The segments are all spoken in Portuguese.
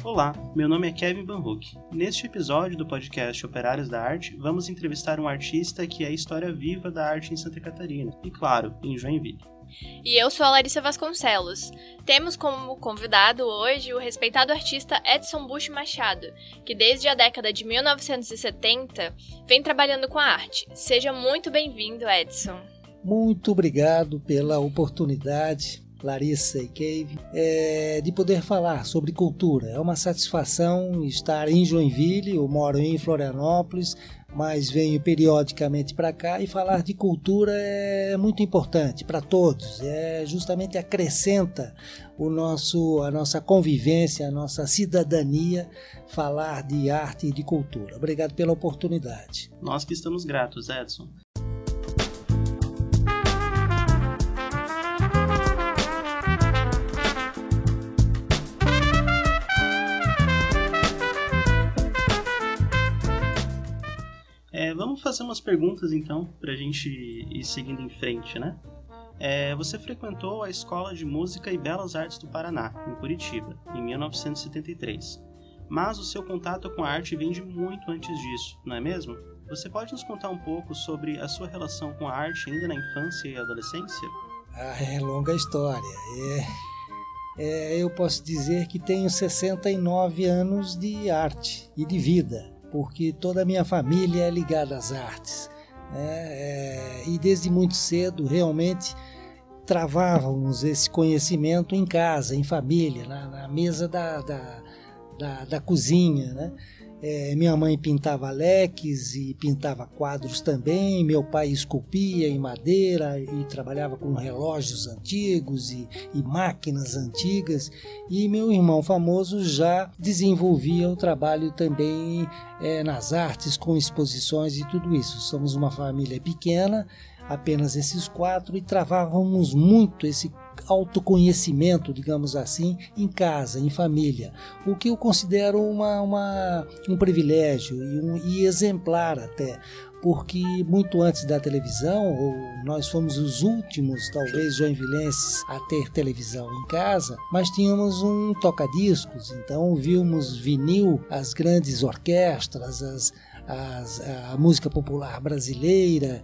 Olá, meu nome é Kevin Van Hook. Neste episódio do podcast Operários da Arte, vamos entrevistar um artista que é a história viva da arte em Santa Catarina, e claro, em Joinville. E eu sou a Larissa Vasconcelos. Temos como convidado hoje o respeitado artista Edson Bush Machado, que desde a década de 1970 vem trabalhando com a arte. Seja muito bem-vindo, Edson. Muito obrigado pela oportunidade, Larissa e Kevin, de poder falar sobre cultura. É uma satisfação estar em Joinville. Eu moro em Florianópolis, mas venho periodicamente para cá, e falar de cultura é muito importante para todos. Justamente acrescenta a nossa convivência, a nossa cidadania, falar de arte e de cultura. Obrigado pela oportunidade. Nós que estamos gratos, Edson. Vamos fazer umas perguntas então, para a gente ir seguindo em frente, né? Você frequentou a Escola de Música e Belas Artes do Paraná, em Curitiba, em 1973. Mas o seu contato com a arte vem de muito antes disso, não é mesmo? Você pode nos contar um pouco sobre a sua relação com a arte ainda na infância e adolescência? É longa história. Eu posso dizer que tenho 69 anos de arte e de vida, porque toda a minha família é ligada às artes. E desde muito cedo, realmente, travávamos esse conhecimento em casa, em família, na mesa da cozinha, né? Minha mãe pintava leques e pintava quadros também. Meu pai esculpia em madeira e trabalhava com relógios antigos e máquinas antigas. E meu irmão famoso já desenvolvia o trabalho também nas artes, com exposições e tudo isso. Somos uma família pequena, apenas esses 4, e travávamos muito esse autoconhecimento, digamos assim, em casa, em família, o que eu considero um privilégio e exemplar até, porque muito antes da televisão, nós fomos os últimos, talvez, joinvilenses a ter televisão em casa, mas tínhamos um toca-discos, então ouvimos vinil, as grandes orquestras, a música popular brasileira,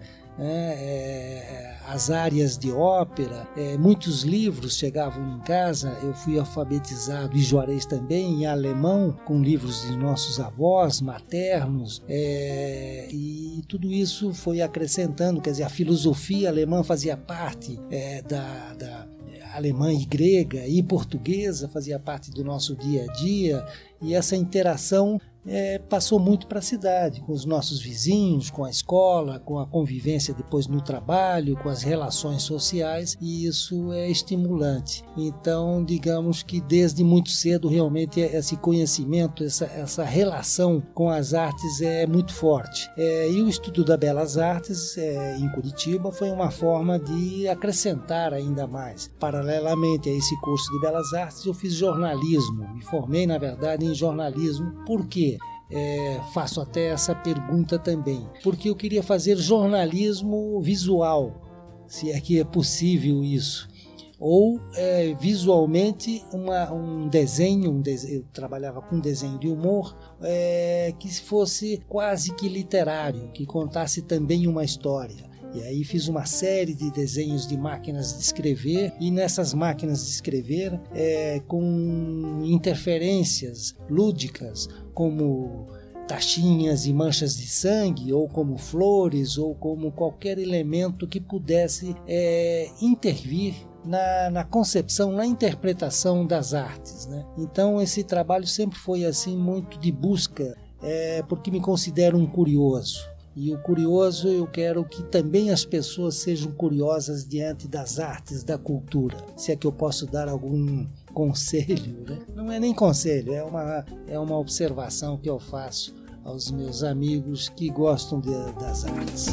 as áreas de ópera, muitos livros chegavam em casa. Eu fui alfabetizado, e Juarez também, em alemão, com livros de nossos avós maternos, e tudo isso foi acrescentando, quer dizer, a filosofia alemã fazia parte da alemã e grega, e portuguesa fazia parte do nosso dia a dia, e essa interação passou muito para a cidade, com os nossos vizinhos, com a escola, com a convivência depois no trabalho, com as relações sociais, e isso é estimulante. Então, digamos que desde muito cedo, realmente, esse conhecimento, essa relação com as artes é muito forte. E o estudo das Belas Artes em Curitiba foi uma forma de acrescentar ainda mais. Paralelamente a esse curso de Belas Artes, eu fiz jornalismo, me formei, na verdade, em jornalismo. Por quê? Faço até essa pergunta também, porque eu queria fazer jornalismo visual, se é que é possível isso, ou visualmente um desenho, eu trabalhava com desenho de humor, que fosse quase que literário, que contasse também uma história. E aí fiz uma série de desenhos de máquinas de escrever, e nessas máquinas de escrever, com interferências lúdicas, como taxinhas e manchas de sangue, ou como flores, ou como qualquer elemento que pudesse intervir na concepção, na interpretação das artes, né? Então esse trabalho sempre foi assim, muito de busca, porque me considero um curioso. E o curioso, eu quero que também as pessoas sejam curiosas diante das artes, da cultura. Se é que eu posso dar algum conselho, né? Não é nem conselho, é uma observação que eu faço aos meus amigos que gostam das artes.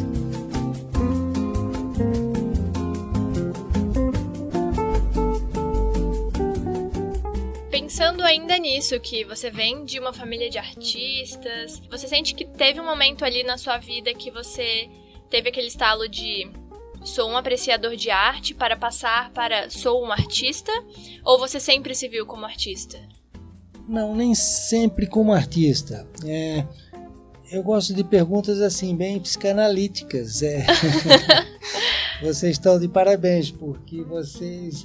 Pensando ainda nisso, que você vem de uma família de artistas, você sente que teve um momento ali na sua vida que você teve aquele estalo de sou um apreciador de arte para passar para sou um artista? Ou você sempre se viu como artista? Não, nem sempre como artista. Eu gosto de perguntas assim, bem psicanalíticas. Vocês estão de parabéns, porque vocês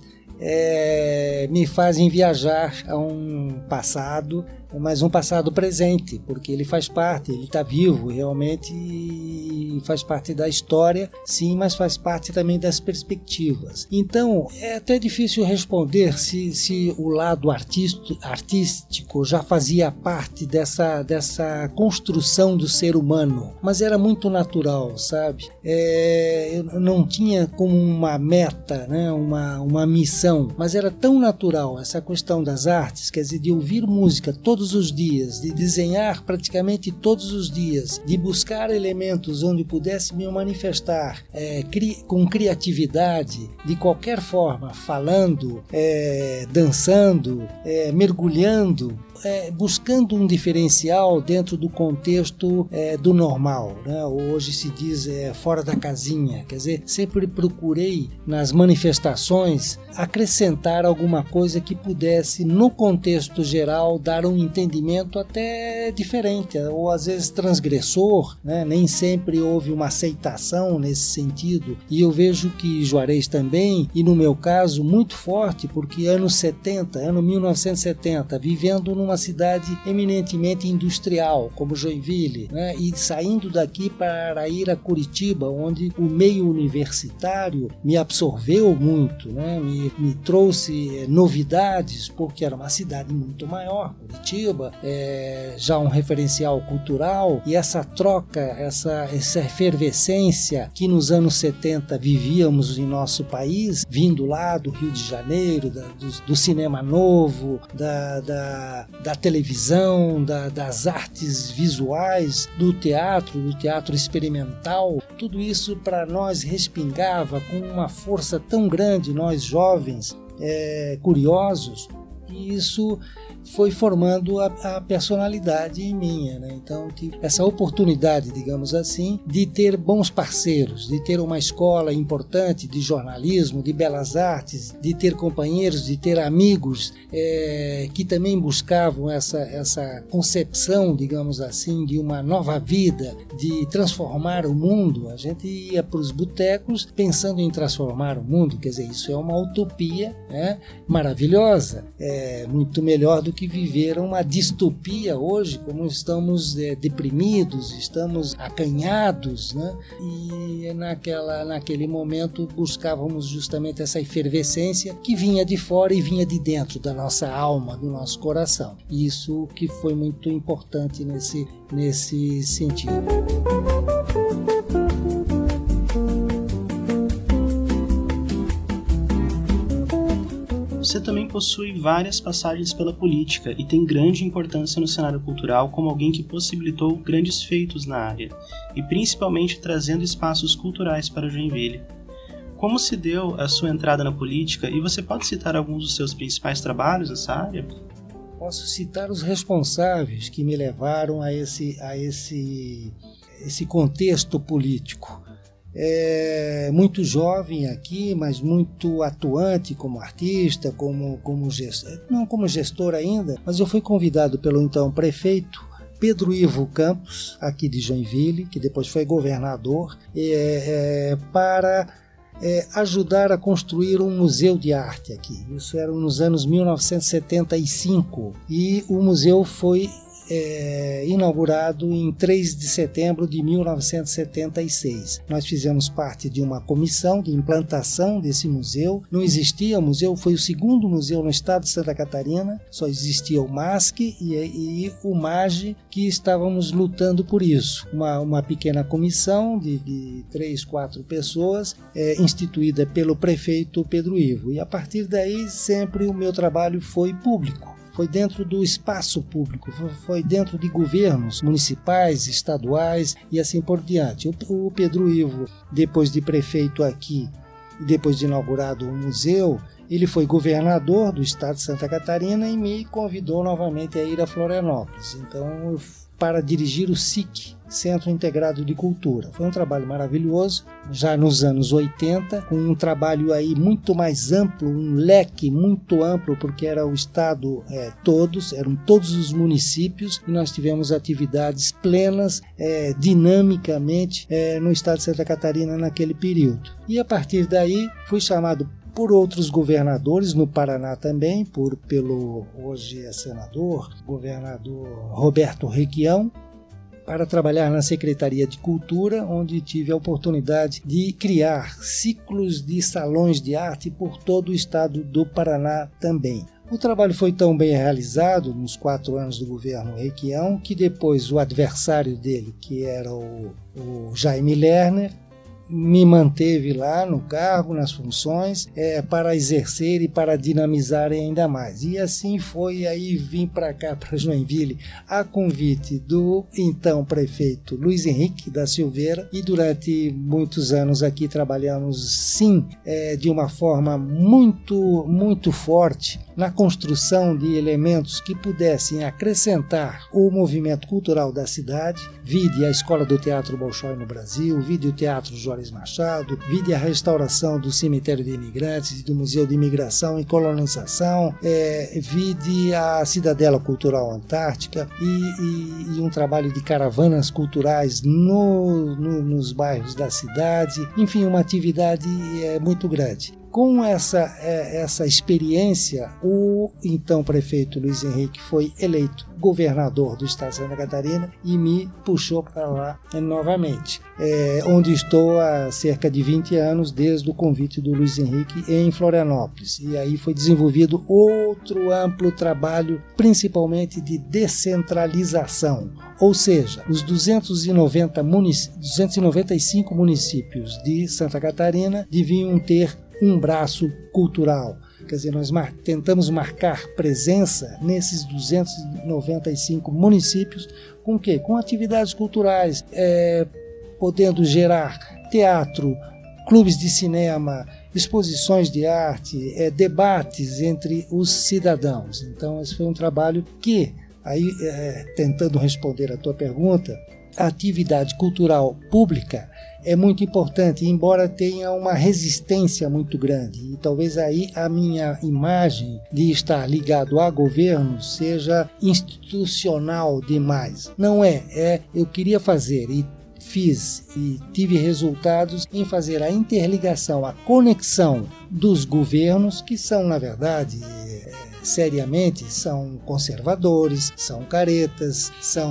me fazem viajar a um passado, mas um passado presente, porque ele faz parte, ele está vivo realmente e faz parte da história, sim, mas faz parte também das perspectivas. Então, é até difícil responder se o lado artístico já fazia parte dessa construção do ser humano, mas era muito natural, sabe? Eu não tinha como uma meta, né, uma missão, mas era tão natural essa questão das artes, quer dizer, de ouvir música todos os dias, de desenhar praticamente todos os dias, de buscar elementos onde pudesse me manifestar com criatividade, de qualquer forma, falando, dançando, mergulhando, buscando um diferencial dentro do contexto do normal, né? Hoje se diz fora da casinha, quer dizer, sempre procurei nas manifestações acrescentar alguma coisa que pudesse, no contexto geral, dar um entendimento até diferente, ou às vezes transgressor, né? Nem sempre houve uma aceitação nesse sentido, e eu vejo que Juarez também, e no meu caso, muito forte, porque ano 1970, vivendo numa cidade eminentemente industrial, como Joinville, né? E saindo daqui para ir a Curitiba, onde o meio universitário me absorveu muito, né? Me trouxe novidades, porque era uma cidade muito maior, Curitiba, já um referencial cultural, e essa troca, essa efervescência que nos anos 70 vivíamos em nosso país, vindo lá do Rio de Janeiro, do cinema novo, da televisão, das artes visuais, do teatro experimental, tudo isso para nós respingava com uma força tão grande, nós jovens, curiosos, e isso foi formando a personalidade minha, né? Então, essa oportunidade, digamos assim, de ter bons parceiros, de ter uma escola importante de jornalismo, de belas artes, de ter companheiros, de ter amigos que também buscavam essa concepção, digamos assim, de uma nova vida, de transformar o mundo. A gente ia para os botecos pensando em transformar o mundo, quer dizer, isso é uma utopia, né, maravilhosa, muito melhor do que viver uma distopia hoje, como estamos deprimidos, estamos acanhados, né? E naquele momento buscávamos justamente essa efervescência que vinha de fora e vinha de dentro da nossa alma, do nosso coração. Isso que foi muito importante nesse sentido. Você também possui várias passagens pela política e tem grande importância no cenário cultural como alguém que possibilitou grandes feitos na área, e principalmente trazendo espaços culturais para Joinville. Como se deu a sua entrada na política, e você pode citar alguns dos seus principais trabalhos nessa área? Posso citar os responsáveis que me levaram a esse contexto político. Muito jovem aqui, mas muito atuante como artista, como gestor, não como gestor ainda, mas eu fui convidado pelo então prefeito Pedro Ivo Campos, aqui de Joinville, que depois foi governador, para ajudar a construir um museu de arte aqui. Isso era nos anos 1975, e o museu foi inaugurado em 3 de setembro de 1976. Nós fizemos parte de uma comissão de implantação desse museu. Não existia museu, foi o segundo museu no estado de Santa Catarina, só existia o MASC e o MAGE, que estávamos lutando por isso. Uma pequena comissão de 3, 4 pessoas, instituída pelo prefeito Pedro Ivo. E a partir daí sempre o meu trabalho foi público. Foi dentro do espaço público, foi dentro de governos municipais, estaduais e assim por diante. O Pedro Ivo, depois de prefeito aqui, depois de inaugurado o museu, ele foi governador do estado de Santa Catarina e me convidou novamente a ir a Florianópolis. Então para dirigir o SIC, Centro Integrado de Cultura. Foi um trabalho maravilhoso, já nos anos 80, com um trabalho aí muito mais amplo, um leque muito amplo, porque era o estado eram todos os municípios, e nós tivemos atividades plenas, dinamicamente, no estado de Santa Catarina naquele período. E a partir daí fui chamado por outros governadores, no Paraná também, pelo hoje senador, governador Roberto Requião, para trabalhar na Secretaria de Cultura, onde tive a oportunidade de criar ciclos de salões de arte por todo o estado do Paraná também. O trabalho foi tão bem realizado nos 4 anos do governo Requião, que depois o adversário dele, que era o Jaime Lerner, me manteve lá no cargo, nas funções, para exercer e para dinamizar ainda mais. E assim foi, aí vim para cá, para Joinville, a convite do então prefeito Luiz Henrique da Silveira, e durante muitos anos aqui trabalhamos, sim, de uma forma muito, muito forte na construção de elementos que pudessem acrescentar o movimento cultural da cidade, vide a Escola do Teatro Bolshoi no Brasil, vide o Teatro Juarez Machado, vide a restauração do Cemitério de Imigrantes e do Museu de Imigração e Colonização, vide a Cidadela Cultural Antártica e um trabalho de caravanas culturais nos bairros da cidade, enfim, uma atividade muito grande. Com essa experiência, o então prefeito Luiz Henrique foi eleito governador do estado de Santa Catarina e me puxou para lá novamente, onde estou há cerca de 20 anos, desde o convite do Luiz Henrique em Florianópolis. E aí foi desenvolvido outro amplo trabalho, principalmente de descentralização, ou seja, os 295 municípios de Santa Catarina deviam ter um braço cultural. Quer dizer, nós tentamos marcar presença nesses 295 municípios com o quê? Com atividades culturais, podendo gerar teatro, clubes de cinema, exposições de arte, debates entre os cidadãos. Então, esse foi um trabalho que, aí, tentando responder a tua pergunta, a atividade cultural pública é muito importante, embora tenha uma resistência muito grande. E talvez aí a minha imagem de estar ligado a governo seja institucional demais. Não eu queria fazer e fiz e tive resultados em fazer a interligação, a conexão dos governos, que são, na verdade, seriamente, são conservadores, são caretas,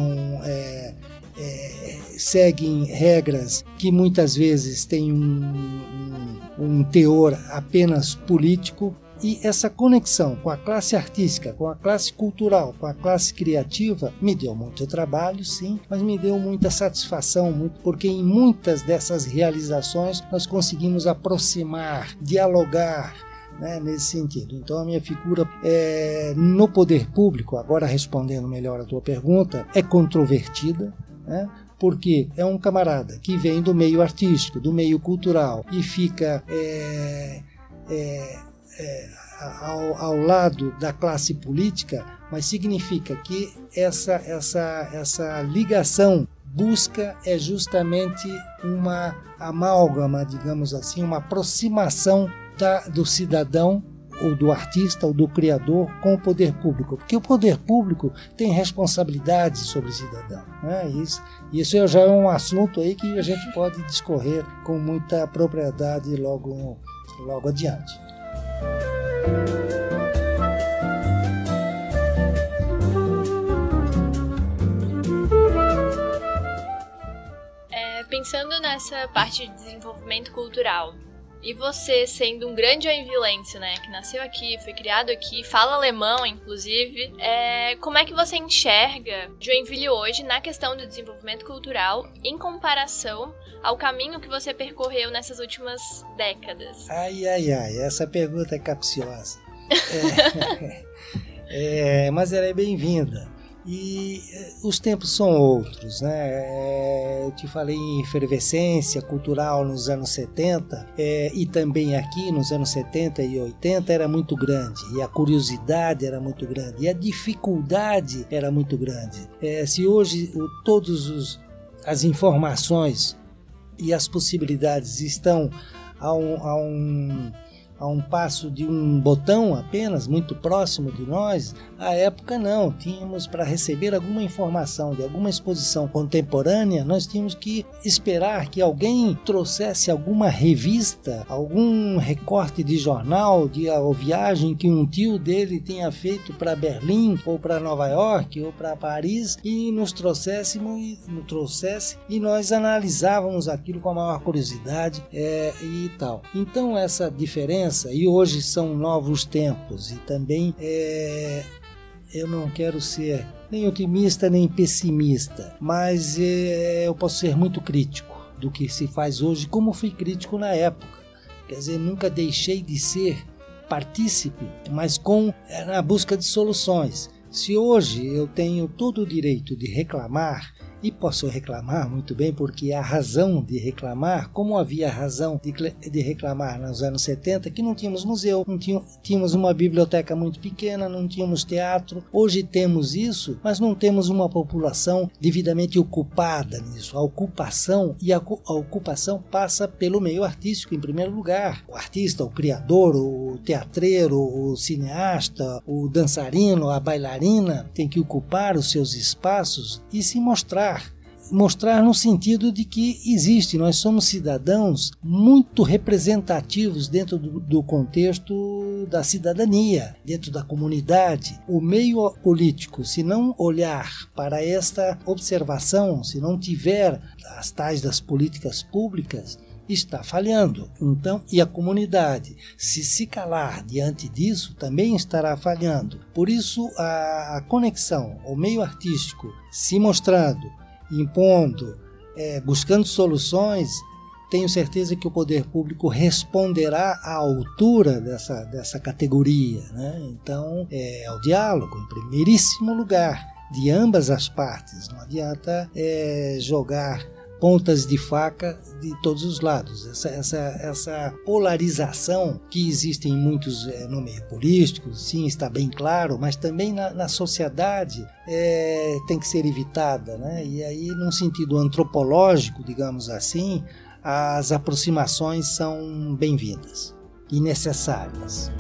seguem regras que muitas vezes têm um teor apenas político, e essa conexão com a classe artística, com a classe cultural, com a classe criativa me deu muito trabalho, sim, mas me deu muita satisfação, porque em muitas dessas realizações nós conseguimos aproximar, dialogar, nesse sentido. Então a minha figura no poder público, agora respondendo melhor a tua pergunta, é controvertida, porque é um camarada que vem do meio artístico, do meio cultural, e fica ao lado da classe política, mas significa que essa ligação busca justamente uma amálgama, digamos assim, uma aproximação do cidadão, ou do artista, ou do criador, com o poder público, porque o poder público tem responsabilidade sobre o cidadão. Isso já é um assunto aí que a gente pode discorrer com muita propriedade logo adiante. Pensando nessa parte de desenvolvimento cultural, e você sendo um grande joinvilense, que nasceu aqui, foi criado aqui, fala alemão, inclusive, como é que você enxerga Joinville hoje na questão do desenvolvimento cultural em comparação ao caminho que você percorreu nessas últimas décadas? Ai, essa pergunta é capciosa. Mas ela é bem-vinda. E os tempos são outros, né? Eu te falei em efervescência cultural nos anos 70, e também aqui nos anos 70 e 80 era muito grande, e a curiosidade era muito grande, e a dificuldade era muito grande. Se hoje todas as informações e as possibilidades estão a um passo de um botão apenas, muito próximo de nós, à época não. Tínhamos, para receber alguma informação de alguma exposição contemporânea, nós tínhamos que esperar que alguém trouxesse alguma revista, algum recorte de jornal de a viagem que um tio dele tinha feito para Berlim, ou para Nova York, ou para Paris, e nos trouxesse e nós analisávamos aquilo com a maior curiosidade e tal. Então essa diferença, e hoje são novos tempos, e também eu não quero ser nem otimista nem pessimista, mas eu posso ser muito crítico do que se faz hoje, como fui crítico na época. Quer dizer, nunca deixei de ser partícipe, mas na busca de soluções. Se hoje eu tenho todo o direito de reclamar, e posso reclamar muito bem, porque há razão de reclamar, como havia razão de reclamar nos anos 70, que não tínhamos museu, tínhamos uma biblioteca muito pequena, não tínhamos teatro. Hoje temos isso, mas não temos uma população devidamente ocupada nisso. A ocupação passa pelo meio artístico, em primeiro lugar. O artista, o criador, o teatreiro, o cineasta, o dançarino, a bailarina tem que ocupar os seus espaços e se mostrar no sentido de que nós somos cidadãos muito representativos dentro do contexto da cidadania, dentro da comunidade. O meio político, se não olhar para esta observação, se não tiver as tais das políticas públicas, está falhando. Então, e a comunidade, se calar diante disso, também estará falhando. Por isso, a conexão, o meio artístico se mostrando, impondo, buscando soluções, tenho certeza que o poder público responderá à altura dessa categoria, né? Então, é o diálogo, em primeiríssimo lugar, de ambas as partes. Não adianta jogar pontas de faca de todos os lados. Essa polarização que existe em muitos no meio político, sim, está bem claro, mas também na sociedade tem que ser evitada, né? E aí, num sentido antropológico, digamos assim, as aproximações são bem-vindas e necessárias.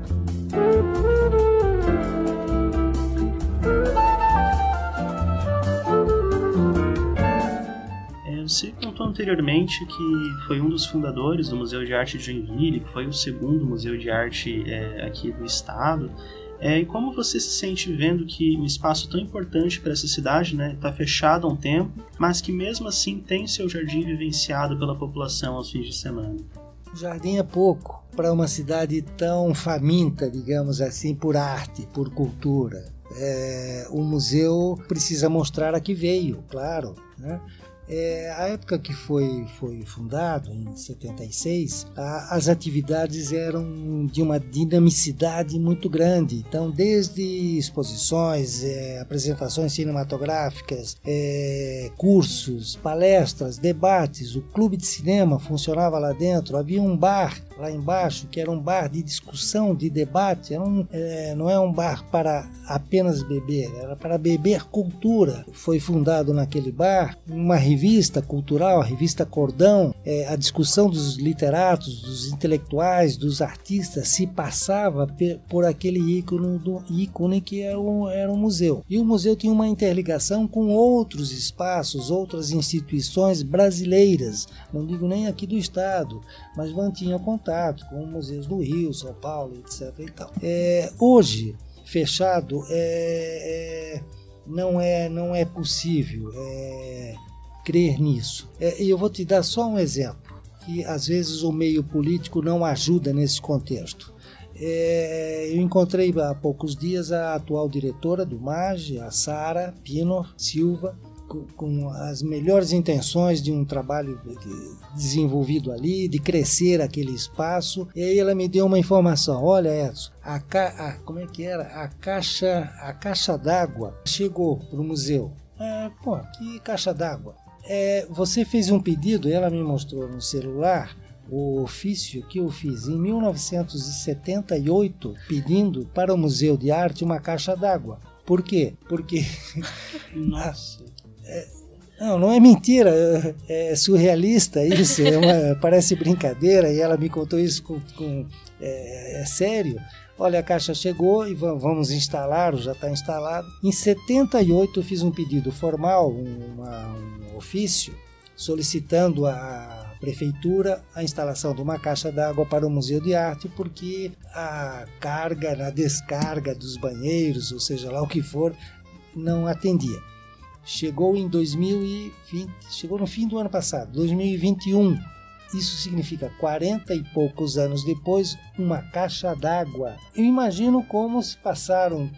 Você contou anteriormente que foi um dos fundadores do Museu de Arte de Joinville, que foi o segundo museu de arte aqui do estado. E como você se sente vendo que um espaço tão importante para essa cidade está fechado há um tempo, mas que mesmo assim tem seu jardim vivenciado pela população aos fins de semana? O jardim é pouco para uma cidade tão faminta, digamos assim, por arte, por cultura. O museu precisa mostrar a que veio, claro, né? A época que foi fundado, em 76, as atividades eram de uma dinamicidade muito grande. Então, desde exposições, apresentações cinematográficas, cursos, palestras, debates, o clube de cinema funcionava lá dentro, havia um bar lá embaixo, que era um bar de discussão, de debate, não é um bar para apenas beber, era para beber cultura. Foi fundado naquele bar uma revista cultural, a revista Cordão. A discussão dos literatos, dos intelectuais, dos artistas se passava por aquele ícone que era um museu. E o museu tinha uma interligação com outros espaços, outras instituições brasileiras, não digo nem aqui do estado, mas mantinha contato com museus do Rio, São Paulo, etc. E tal. Hoje, fechado, não é possível crer nisso. E eu vou te dar só um exemplo, que às vezes o meio político não ajuda nesse contexto. Eu encontrei há poucos dias a atual diretora do MAGE, a Sara Pino Silva, com as melhores intenções de um trabalho desenvolvido ali, de crescer aquele espaço. E aí ela me deu uma informação: olha, Edson, como é que era? A caixa d'água chegou para o museu. Que caixa d'água? Você fez um pedido, ela me mostrou no celular o ofício que eu fiz em 1978, pedindo para o Museu de Arte uma caixa d'água. Por quê? Porque... Nossa... Não é mentira, é surrealista isso, parece brincadeira, e ela me contou isso é sério. Olha, a caixa chegou e vamos instalar, já está instalado. Em 78 eu fiz um pedido formal, um ofício, solicitando à prefeitura a instalação de uma caixa d'água para o Museu de Arte, porque a descarga dos banheiros, ou seja lá o que for, não atendia. Chegou em 2020, chegou no fim do ano passado, 2021. Isso significa 40 e poucos anos depois, uma caixa d'água. Eu imagino como se passaram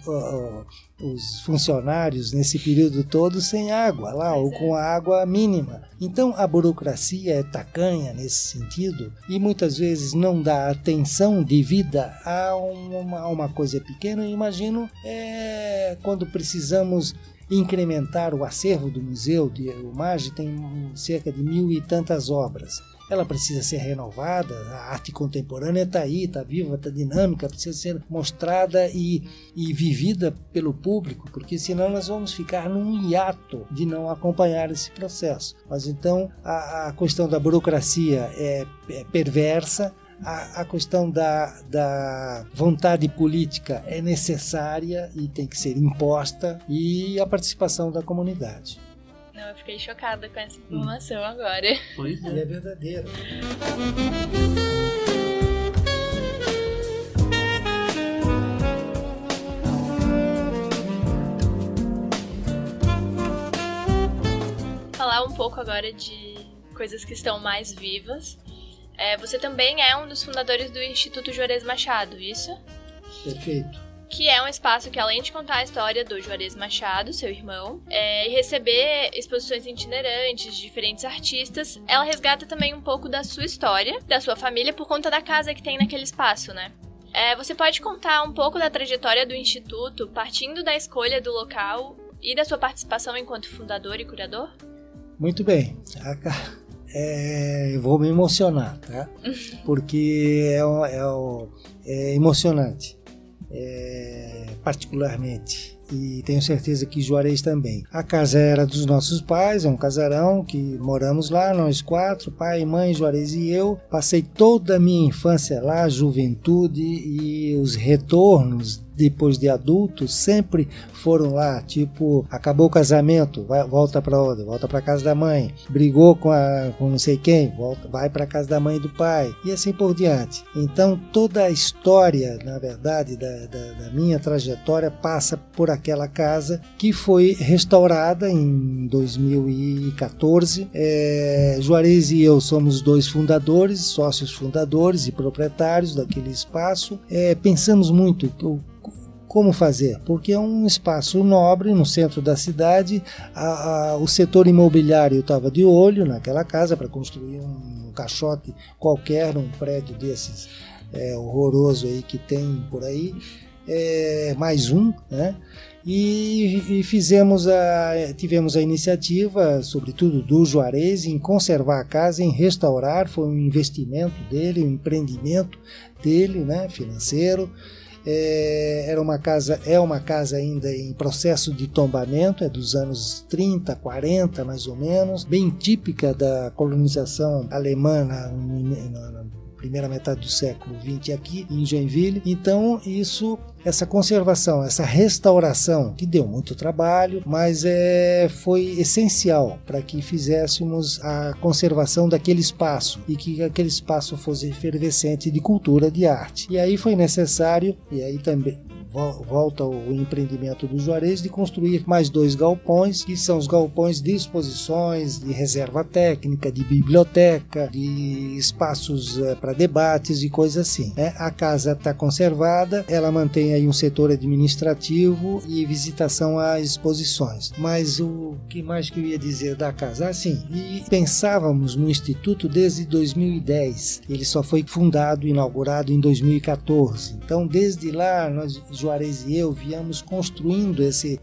os funcionários nesse período todo sem água lá, ou com a água mínima. Então a burocracia é tacanha nesse sentido e muitas vezes não dá atenção devida a uma coisa pequena. Eu imagino quando precisamos incrementar o acervo do museu. O MAGE tem cerca de 1.000 e tantas obras. Ela precisa ser renovada, a arte contemporânea está aí, está viva, está dinâmica, precisa ser mostrada e vivida pelo público, porque senão nós vamos ficar num hiato de não acompanhar esse processo. Mas então a questão da burocracia é perversa, a questão da vontade política é necessária e tem que ser imposta, e a participação da comunidade. Não, eu fiquei chocada com essa informação agora. Pois é verdadeiro. Falar um pouco agora de coisas que estão mais vivas. Você também é um dos fundadores do Instituto Juarez Machado, isso? Perfeito. Que é um espaço que, além de contar a história do Juarez Machado, seu irmão, e receber exposições itinerantes de diferentes artistas, ela resgata também um pouco da sua história, da sua família, por conta da casa que tem naquele espaço, né? Você pode contar um pouco da trajetória do Instituto, partindo da escolha do local e da sua participação enquanto fundador e curador? Muito bem. Eu vou me emocionar, tá? Porque é emocionante. Particularmente, e tenho certeza que Juarez também. A casa era dos nossos pais, é um casarão que moramos lá, nós 4, pai, mãe, Juarez e eu. Passei toda a minha infância lá, juventude, e os retornos depois de adultos sempre foram lá, tipo, acabou o casamento, volta para onde? Volta para casa da mãe. Brigou com não sei quem, vai para casa da mãe e do pai, e assim por diante. Então toda a história, na verdade, da minha trajetória passa por aquela casa, que foi restaurada em 2014. Juarez e eu somos 2 fundadores, sócios fundadores e proprietários daquele espaço. Pensamos muito como fazer, porque é um espaço nobre no centro da cidade. O setor imobiliário estava de olho naquela casa para construir um caixote qualquer, um prédio desses horroroso aí que tem por aí, mais um, né? E tivemos a iniciativa, sobretudo do Juarez, em conservar a casa, em restaurar. Foi um investimento dele, um empreendimento dele, né, financeiro. É uma casa ainda em processo de tombamento, é dos anos 30, 40 mais ou menos, bem típica da colonização alemã na primeira metade do século XX aqui em Joinville. Então essa conservação, essa restauração, que deu muito trabalho, mas foi essencial para que fizéssemos a conservação daquele espaço e que aquele espaço fosse efervescente de cultura, de arte. E aí foi necessário, e aí também volta o empreendimento do Juarez de construir mais 2 galpões, que são os galpões de exposições, de reserva técnica, de biblioteca, de espaços para debates e coisas assim. A casa está conservada, ela mantém aí um setor administrativo e visitação a exposições. Mas o que mais que eu ia dizer da casa? Assim, e pensávamos no Instituto desde 2010. Ele só foi fundado, inaugurado em 2014. Então, desde lá, nós, Juarez e eu, viemos construindo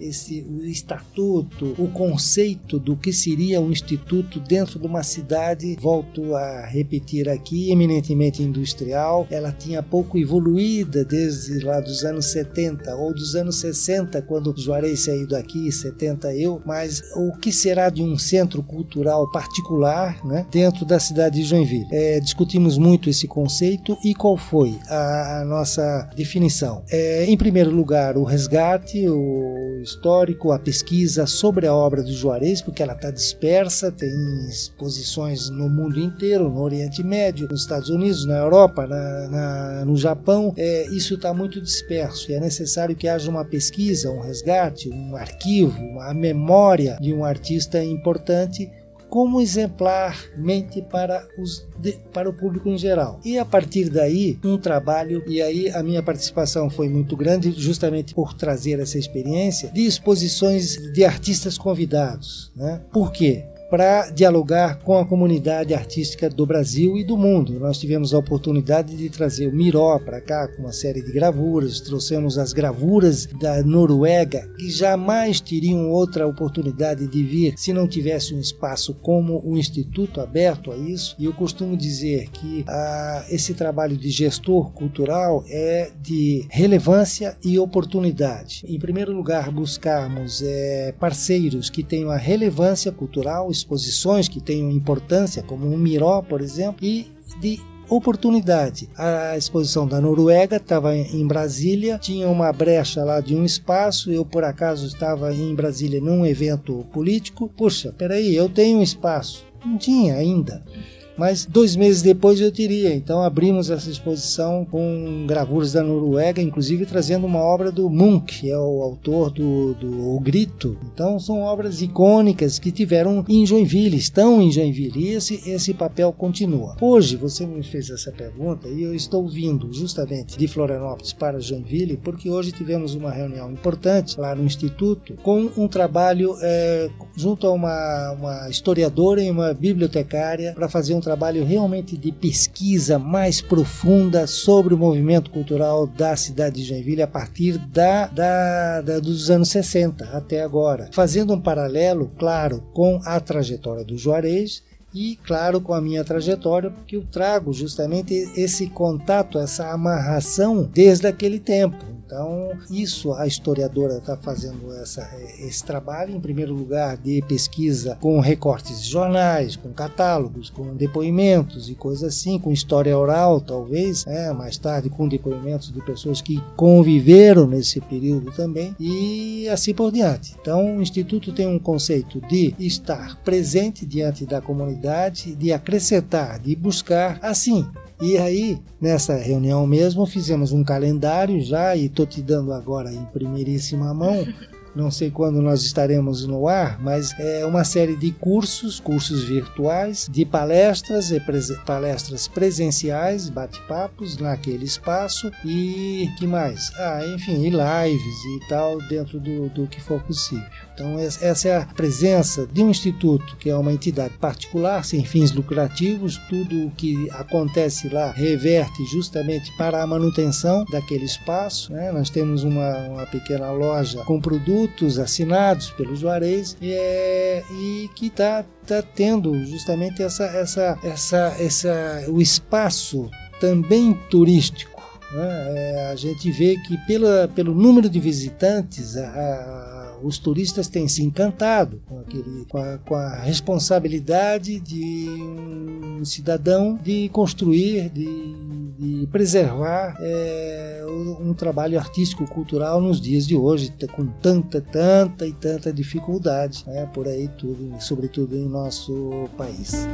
o estatuto, o conceito do que seria um instituto dentro de uma cidade, volto a repetir aqui, eminentemente industrial. Ela tinha pouco evoluída desde lá dos anos 70 ou dos anos 60, quando Juarez saiu daqui, 70 eu, mas o que será de um centro cultural particular, né, dentro da cidade de Joinville? Discutimos muito esse conceito e qual foi a nossa definição? Em primeiro lugar, o resgate, o histórico, a pesquisa sobre a obra do Juarez, porque ela está dispersa, tem exposições no mundo inteiro, no Oriente Médio, nos Estados Unidos, na Europa, no Japão. Isso está muito disperso e é necessário que haja uma pesquisa, um resgate, um arquivo, a memória de um artista importante como exemplarmente para o público em geral. E a partir daí, um trabalho, e aí a minha participação foi muito grande, justamente por trazer essa experiência de exposições de artistas convidados, né? Por quê? Para dialogar com a comunidade artística do Brasil e do mundo. Nós tivemos a oportunidade de trazer o Miró para cá com uma série de gravuras, trouxemos as gravuras da Noruega, que jamais teriam outra oportunidade de vir se não tivesse um espaço como o Instituto aberto a isso. E eu costumo dizer que esse trabalho de gestor cultural é de relevância e oportunidade. Em primeiro lugar, buscarmos parceiros que tenham a relevância cultural, exposições que tenham importância, como o Miró, por exemplo, e de oportunidade. A exposição da Noruega estava em Brasília, tinha uma brecha lá de um espaço, eu por acaso estava em Brasília num evento político, puxa, peraí, eu tenho um espaço. Não tinha ainda. Mas 2 meses depois eu teria. Então abrimos essa exposição com gravuras da Noruega, inclusive trazendo uma obra do Munch, que é o autor do O Grito. Então são obras icônicas que tiveram em Joinville, estão em Joinville, e esse papel continua. Hoje você me fez essa pergunta e eu estou vindo justamente de Florianópolis para Joinville porque hoje tivemos uma reunião importante lá no Instituto com um trabalho junto a uma historiadora e uma bibliotecária para fazer um trabalho realmente de pesquisa mais profunda sobre o movimento cultural da cidade de Joinville a partir dos anos 60 até agora, fazendo um paralelo, claro, com a trajetória do Juarez e, claro, com a minha trajetória, porque eu trago justamente esse contato, essa amarração desde aquele tempo. Então, isso a historiadora está fazendo esse trabalho, em primeiro lugar, de pesquisa com recortes de jornais, com catálogos, com depoimentos e coisas assim, com história oral, talvez, mais tarde com depoimentos de pessoas que conviveram nesse período também, e assim por diante. Então, o Instituto tem um conceito de estar presente diante da comunidade, de acrescentar, de buscar, assim. E aí, nessa reunião mesmo, fizemos um calendário já, e estou te dando agora em primeiríssima mão, não sei quando nós estaremos no ar, mas é uma série de cursos virtuais, de palestras e palestras presenciais, bate-papos naquele espaço e que mais? Enfim, e lives e tal, dentro do que for possível. Então essa é a presença de um instituto que é uma entidade particular, sem fins lucrativos. Tudo o que acontece lá reverte justamente para a manutenção daquele espaço, né? Nós temos uma pequena loja com produtos assinados pelo Juarez e que está tendo justamente o espaço também turístico, né? A gente vê que pelo número de visitantes os turistas têm se encantado com a responsabilidade de um cidadão de construir, de preservar um trabalho artístico-cultural nos dias de hoje, com tanta dificuldade, né, por aí tudo, sobretudo em nosso país.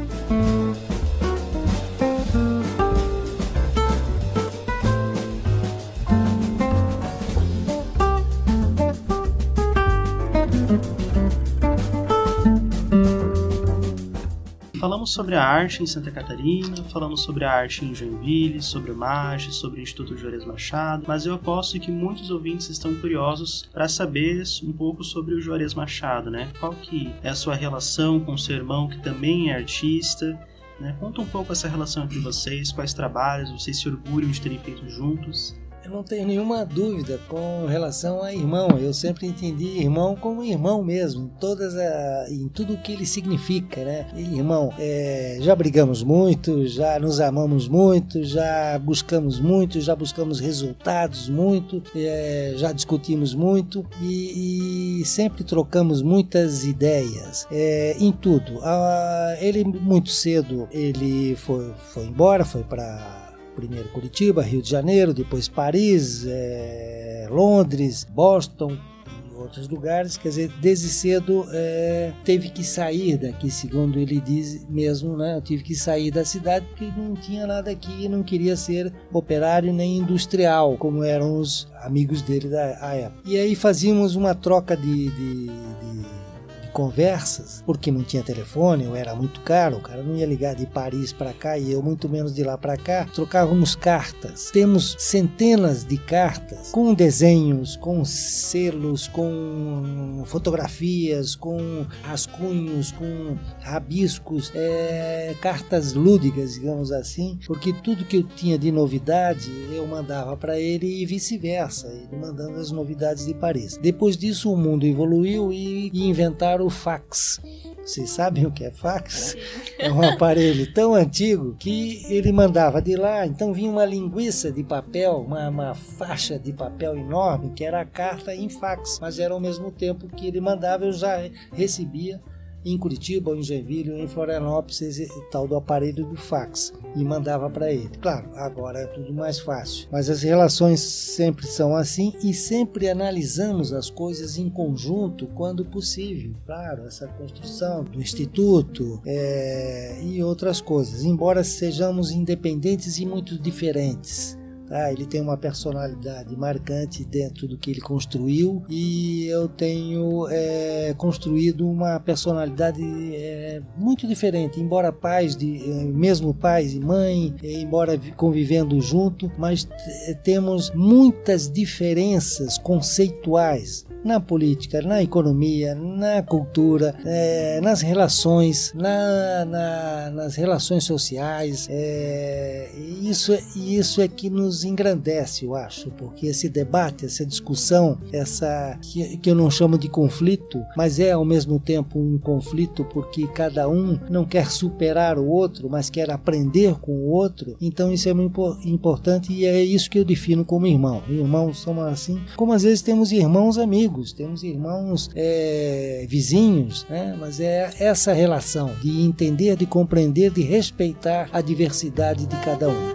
falamos sobre a arte em Santa Catarina, falamos sobre a arte em Joinville, sobre o MAGE, sobre o Instituto Juarez Machado, mas eu aposto que muitos ouvintes estão curiosos para saber um pouco sobre o Juarez Machado, né? Qual que é a sua relação com o seu irmão, que também é artista, né? Conta um pouco essa relação entre vocês, quais trabalhos vocês se orgulham de terem feito juntos. Eu não tenho nenhuma dúvida com relação a irmão. Eu sempre entendi irmão como irmão mesmo, em tudo o que ele significa, né? Irmão, já brigamos muito, já nos amamos muito, já buscamos resultados muito, já discutimos muito e sempre trocamos muitas ideias em tudo. Ele muito cedo ele foi embora, foi para primeiro Curitiba, Rio de Janeiro, depois Paris, Londres, Boston e outros lugares. Quer dizer, desde cedo teve que sair daqui, segundo ele diz mesmo, né? Eu tive que sair da cidade porque não tinha nada aqui e não queria ser operário nem industrial, como eram os amigos dele da época. E aí fazíamos uma troca de conversas, porque não tinha telefone, ou era muito caro, o cara não ia ligar de Paris para cá e eu muito menos de lá para cá. Trocávamos cartas. Temos centenas de cartas com desenhos, com selos, com fotografias, com rascunhos, com rabiscos, cartas lúdicas, digamos assim, porque tudo que eu tinha de novidade eu mandava para ele e vice-versa, ele mandando as novidades de Paris. Depois disso o mundo evoluiu e inventaram o fax. Vocês sabem o que é fax? É um aparelho tão antigo que ele mandava de lá, então vinha uma linguiça de papel, uma faixa de papel enorme, que era a carta em fax, mas era ao mesmo tempo que ele mandava, eu já recebia em Curitiba, ou em Joinville, ou em Florianópolis, esse tal do aparelho do fax, e mandava para ele. Claro, agora é tudo mais fácil, mas as relações sempre são assim e sempre analisamos as coisas em conjunto quando possível. Claro, essa construção do instituto e outras coisas, embora sejamos independentes e muito diferentes. Ele tem uma personalidade marcante dentro do que ele construiu e eu tenho construído uma personalidade muito diferente, embora mesmo pais e mãe, embora convivendo junto, mas temos muitas diferenças conceituais na política, na economia, na cultura, nas relações, nas relações sociais. Isso é que nos engrandece, eu acho, porque esse debate, essa discussão, que eu não chamo de conflito, mas é ao mesmo tempo um conflito porque cada um não quer superar o outro, mas quer aprender com o outro. Então isso é muito importante e é isso que eu defino como irmão. Irmãos somos assim, como às vezes temos irmãos amigos, temos irmãos vizinhos, né? Mas é essa relação de entender, de compreender, de respeitar a diversidade de cada um.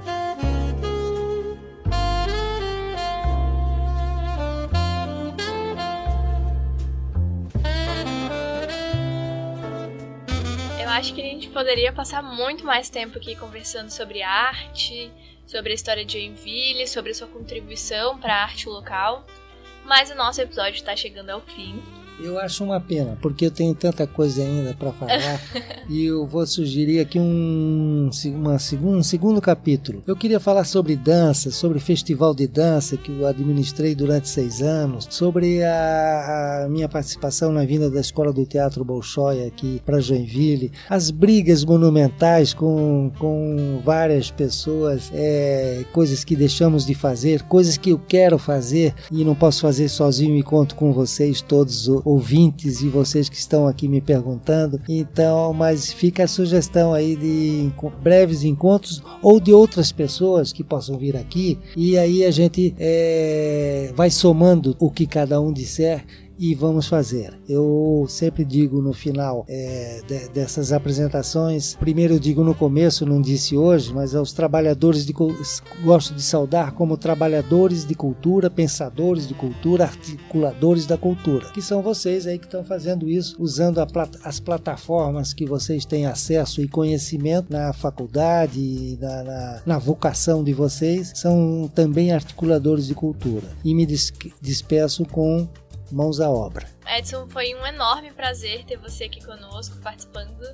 Eu acho que a gente poderia passar muito mais tempo aqui conversando sobre arte, sobre a história de Joinville, sobre a sua contribuição para a arte local, mas o nosso episódio está chegando ao fim. Eu acho uma pena, porque eu tenho tanta coisa ainda para falar e eu vou sugerir aqui um segundo capítulo. Eu queria falar sobre dança, sobre o festival de dança que eu administrei durante 6 anos, sobre a minha participação na vinda da Escola do Teatro Bolshoi aqui para Joinville, as brigas monumentais com várias pessoas, coisas que deixamos de fazer, coisas que eu quero fazer e não posso fazer sozinho e conto com vocês todos ouvintes e vocês que estão aqui me perguntando. Então, mas fica a sugestão aí de breves encontros ou de outras pessoas que possam vir aqui e aí a gente vai somando o que cada um disser e vamos fazer. Eu sempre digo no final dessas apresentações, primeiro eu digo no começo, não disse hoje, mas aos trabalhadores gosto de saudar como trabalhadores de cultura, pensadores de cultura, articuladores da cultura, que são vocês aí que estão fazendo isso, usando as plataformas que vocês têm acesso e conhecimento na faculdade, na vocação de vocês, são também articuladores de cultura. E me despeço com mãos à obra. Edson, foi um enorme prazer ter você aqui conosco, participando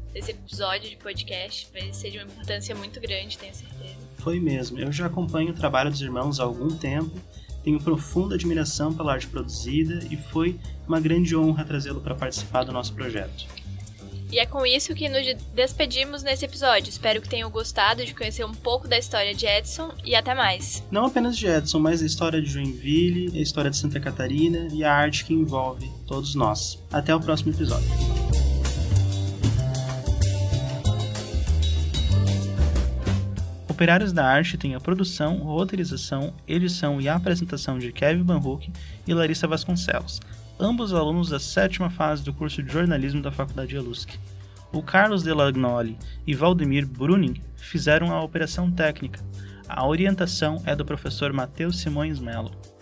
desse episódio de podcast. Vai ser de uma importância muito grande, tenho certeza. Foi mesmo. Eu já acompanho o trabalho dos irmãos há algum tempo, tenho profunda admiração pela arte produzida e foi uma grande honra trazê-lo para participar do nosso projeto. E é com isso que nos despedimos nesse episódio. Espero que tenham gostado de conhecer um pouco da história de Edson e até mais. Não apenas de Edson, mas a história de Joinville, a história de Santa Catarina e a arte que envolve todos nós. Até o próximo episódio. Operários da Arte tem a produção, roteirização, edição e apresentação de Kevin Banhook e Larissa Vasconcelos, ambos alunos da 7ª fase do curso de jornalismo da Faculdade ELUSC. O Carlos Delagnoli e Valdemir Bruning fizeram a operação técnica. A orientação é do professor Matheus Simões Melo.